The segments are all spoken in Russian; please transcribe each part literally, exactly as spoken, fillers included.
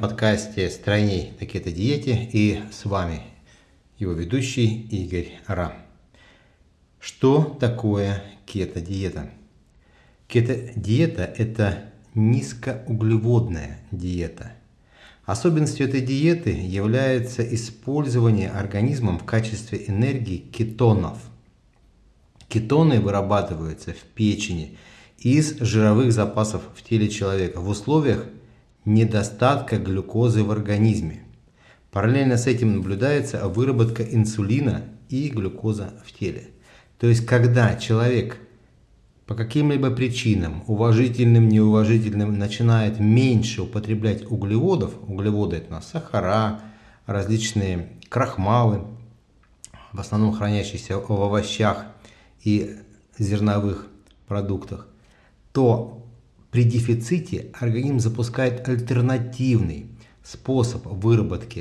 подкасте «Стройней на кето-диете» и с вами его ведущий Игорь Ра. Что такое кето-диета? Кето-диета – это низкоуглеводная диета. Особенностью этой диеты является использование организмом в качестве энергии кетонов. Кетоны вырабатываются в печени из жировых запасов в теле человека в условиях недостатка глюкозы в организме. Параллельно с этим наблюдается выработка инсулина и глюкоза в теле. То есть, когда человек по каким-либо причинам, уважительным, неуважительным, начинает меньше употреблять углеводов, углеводы это у нас сахара, различные крахмалы, в основном хранящиеся в овощах и зерновых продуктах, то при дефиците организм запускает альтернативный способ выработки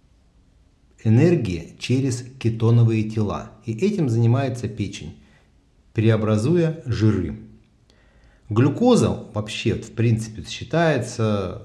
энергии через кетоновые тела. И этим занимается печень, преобразуя жиры. Глюкоза вообще, в принципе, считается,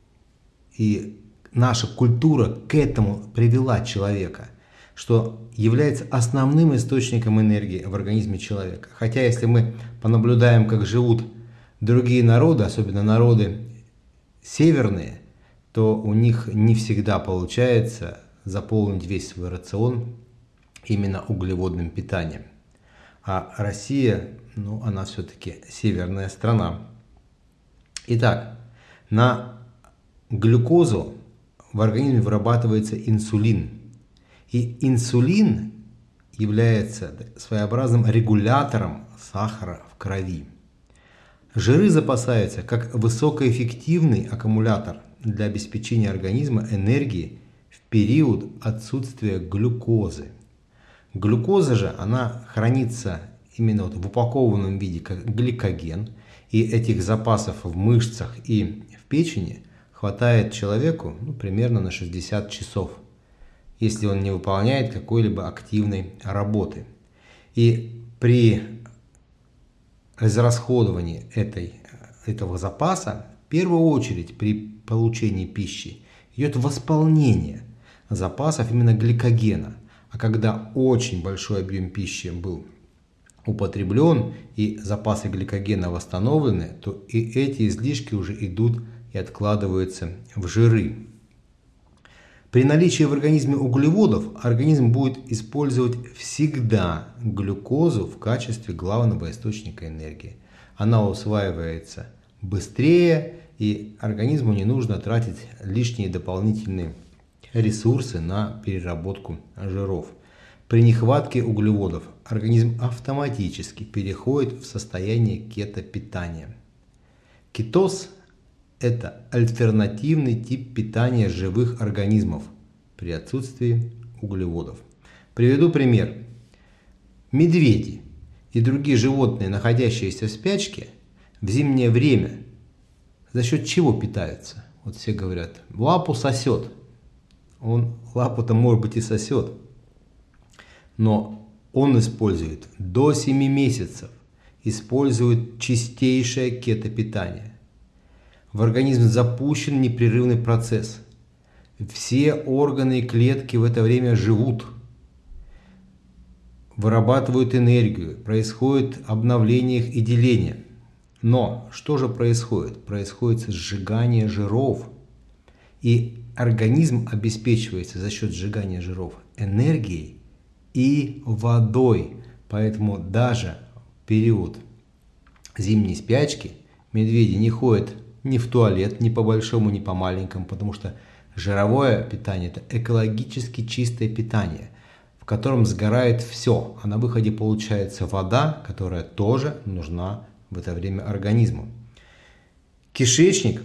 и наша культура к этому привела человека, что является основным источником энергии в организме человека. Хотя, если мы понаблюдаем, как живут другие народы, особенно народы северные, то у них не всегда получается заполнить весь свой рацион именно углеводным питанием. А Россия, ну, она все-таки северная страна. Итак, на глюкозу в организме вырабатывается инсулин. И инсулин является своеобразным регулятором сахара в крови. Жиры запасаются как высокоэффективный аккумулятор для обеспечения организма энергии в период отсутствия глюкозы. Глюкоза же, она хранится именно вот в упакованном виде, как гликоген, и этих запасов в мышцах и в печени хватает человеку ну, примерно на шестьдесят часов, если он не выполняет какой-либо активной работы. И при израсходовании этой, этого запаса, в первую очередь при получении пищи, идет восполнение запасов именно гликогена. А когда очень большой объем пищи был употреблен и запасы гликогена восстановлены, то и эти излишки уже идут и откладываются в жиры. При наличии в организме углеводов организм будет использовать всегда глюкозу в качестве главного источника энергии. Она усваивается быстрее, и организму не нужно тратить лишние дополнительные ресурсы на переработку жиров. При нехватке углеводов организм автоматически переходит в состояние кетопитания. Кетоз – это альтернативный тип питания живых организмов при отсутствии углеводов. Приведу пример. Медведи и другие животные, находящиеся в спячке, в зимнее время за счет чего питаются? Вот все говорят, лапу сосет. Он лапу-то, может быть, и сосет, но он использует до семи месяцев, использует чистейшее кетопитание. В организме запущен непрерывный процесс. Все органы и клетки в это время живут, вырабатывают энергию, происходит обновление их и деление. Но что же происходит? Происходит сжигание жиров. И организм обеспечивается за счет сжигания жиров энергией и водой. Поэтому даже в период зимней спячки медведи не ходят ни в туалет, ни по большому, ни по маленькому, потому что жировое питание – это экологически чистое питание, в котором сгорает все, а на выходе получается вода, которая тоже нужна в это время организму. Кишечник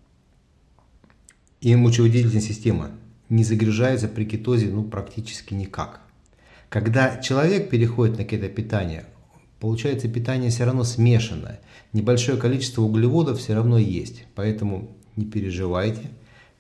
и мочевыделительная система не загружаются при кетозе ну, практически никак. Когда человек переходит на кетопитание, получается питание все равно смешанное. Небольшое количество углеводов все равно есть. Поэтому не переживайте,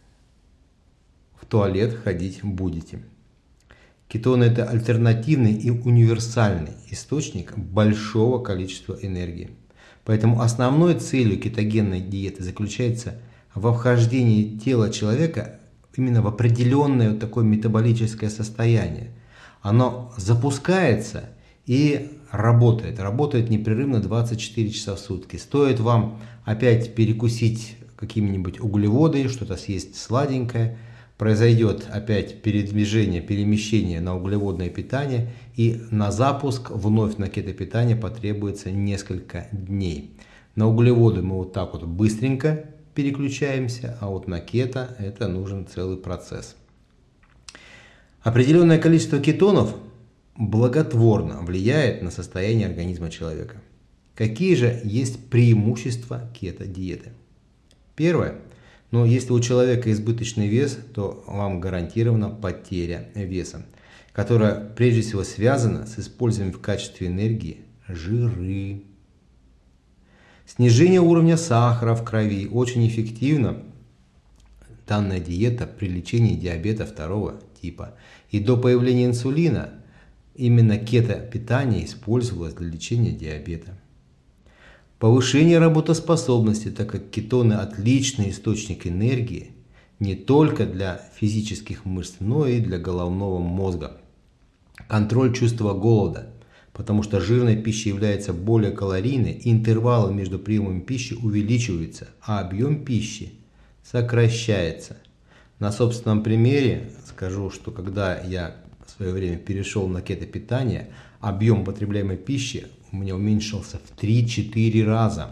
в туалет ходить будете. Кетоны – это альтернативный и универсальный источник большого количества энергии. Поэтому основной целью кетогенной диеты заключается во вхождении тела человека именно в определенное вот такое метаболическое состояние. Оно запускается и работает. Работает непрерывно двадцать четыре часа в сутки. Стоит вам опять перекусить какими-нибудь углеводами, что-то съесть сладенькое, произойдет опять передвижение, перемещение на углеводное питание, и на запуск вновь на кетопитание потребуется несколько дней. На углеводы мы вот так вот быстренько переключаемся, а вот на кето это нужен целый процесс. Определенное количество кетонов благотворно влияет на состояние организма человека. Какие же есть преимущества кето-диеты? Первое. Но если у человека избыточный вес, то вам гарантирована потеря веса, которая прежде всего связана с использованием в качестве энергии жиры. Снижение уровня сахара в крови очень эффективно. Данная диета при лечении диабета второго типа. И до появления инсулина именно кето-питание использовалось для лечения диабета. Повышение работоспособности, так как кетоны отличный источник энергии не только для физических мышц, но и для головного мозга. Контроль чувства голода, потому что жирная пища является более калорийной, и интервалы между приемами пищи увеличиваются, а объем пищи сокращается. На собственном примере скажу, что когда я в свое время перешел на кето-питание, объем потребляемой пищи у меня уменьшился в три-четыре раза.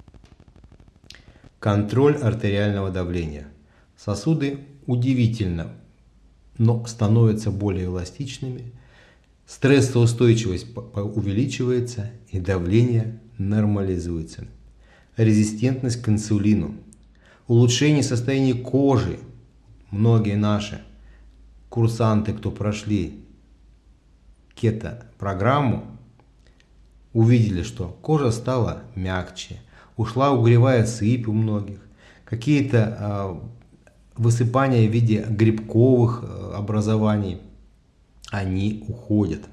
Контроль артериального давления. Сосуды удивительно, но становятся более эластичными. Стрессоустойчивость увеличивается и давление нормализуется. Резистентность к инсулину. Улучшение состояния кожи. Многие наши курсанты, кто прошли кето-программу, увидели, что кожа стала мягче, ушла угревая сыпь у многих, какие-то э, высыпания в виде грибковых э, образований, они уходят.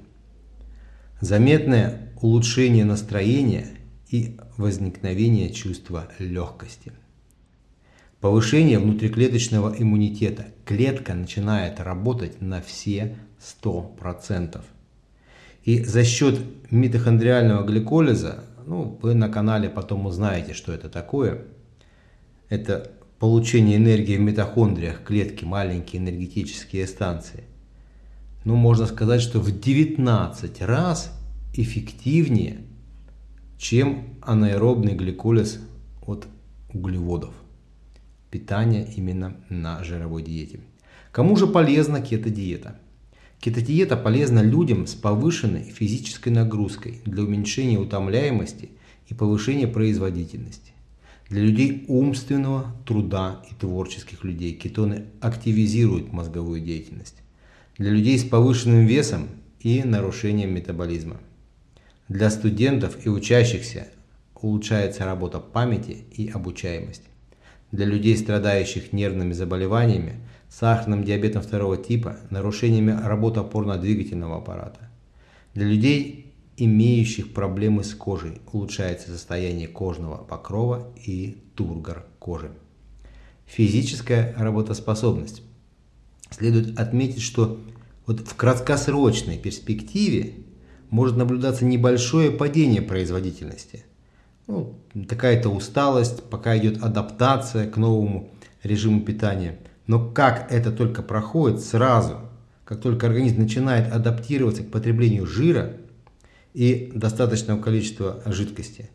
Заметное улучшение настроения и возникновение чувства легкости. Повышение внутриклеточного иммунитета. Клетка начинает работать на все сто процентов. И за счет митохондриального гликолиза, ну, вы на канале потом узнаете, что это такое. Это получение энергии в митохондриях клетки, маленькие энергетические станции. Ну, можно сказать, что в девятнадцать раз эффективнее, чем анаэробный гликолиз от углеводов. Питание именно на жировой диете. Кому же полезна кето-диета? Кето-диета полезна людям с повышенной физической нагрузкой для уменьшения утомляемости и повышения производительности. Для людей умственного труда и творческих людей кетоны активизируют мозговую деятельность. Для людей с повышенным весом и нарушением метаболизма. Для студентов и учащихся улучшается работа памяти и обучаемость. Для людей, страдающих нервными заболеваниями, сахарным диабетом второго типа, нарушениями работы опорно-двигательного аппарата. Для людей, имеющих проблемы с кожей, улучшается состояние кожного покрова и тургор кожи. Физическая работоспособность. Следует отметить, что вот в краткосрочной перспективе может наблюдаться небольшое падение производительности. Ну, какая-то усталость, пока идет адаптация к новому режиму питания. Но как это только проходит, сразу, как только организм начинает адаптироваться к потреблению жира и достаточного количества жидкости,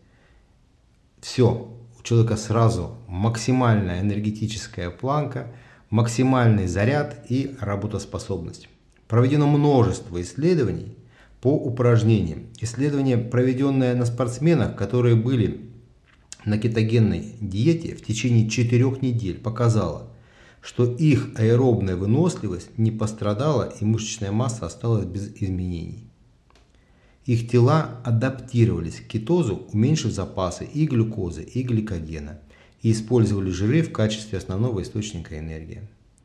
все, у человека сразу максимальная энергетическая планка, максимальный заряд и работоспособность. Проведено множество исследований по упражнениям. Исследование, проведенное на спортсменах, которые были на кетогенной диете в течение четырех недель, показало, что их аэробная выносливость не пострадала и мышечная масса осталась без изменений. Их тела адаптировались к кетозу, уменьшив запасы и глюкозы, и гликогена, и использовали жиры в качестве основного источника энергии.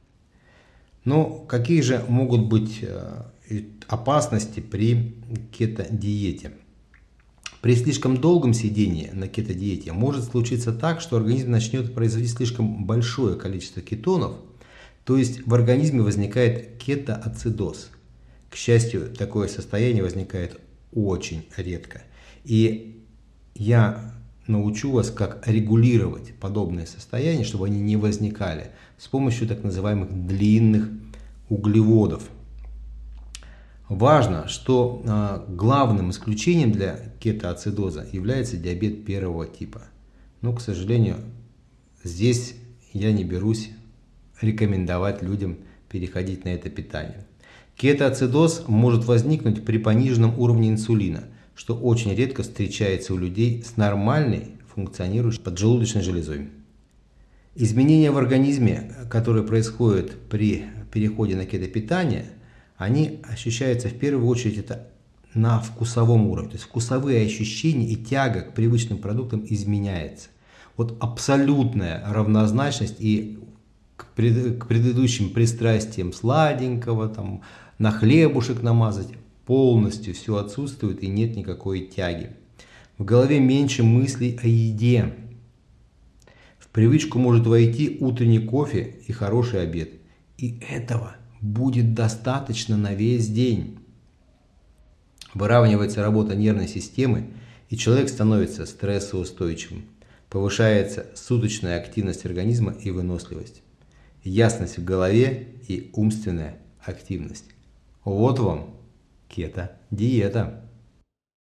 Но какие же могут быть опасности при кето-диете? При слишком долгом сидении на кетодиете может случиться так, что организм начнет производить слишком большое количество кетонов, то есть в организме возникает кетоацидоз. К счастью, такое состояние возникает очень редко. И я научу вас, как регулировать подобные состояния, чтобы они не возникали с помощью так называемых длинных углеводов. Важно, что а, главным исключением для кетоацидоза является диабет первого типа. Но, к сожалению, здесь я не берусь рекомендовать людям переходить на это питание. Кетоацидоз может возникнуть при пониженном уровне инсулина, что очень редко встречается у людей с нормальной функционирующей поджелудочной железой. Изменения в организме, которые происходят при переходе на кетопитание, они ощущаются в первую очередь это на вкусовом уровне. То есть вкусовые ощущения и тяга к привычным продуктам изменяется. Вот абсолютная равнозначность и к, пред, к предыдущим пристрастиям сладенького, там, на хлебушек намазать, полностью все отсутствует и нет никакой тяги. В голове меньше мыслей о еде. В привычку может войти утренний кофе и хороший обед. И этого будет достаточно на весь день. Выравнивается работа нервной системы, и человек становится стрессоустойчивым. Повышается суточная активность организма и выносливость. Ясность в голове и умственная активность. Вот вам кето-диета.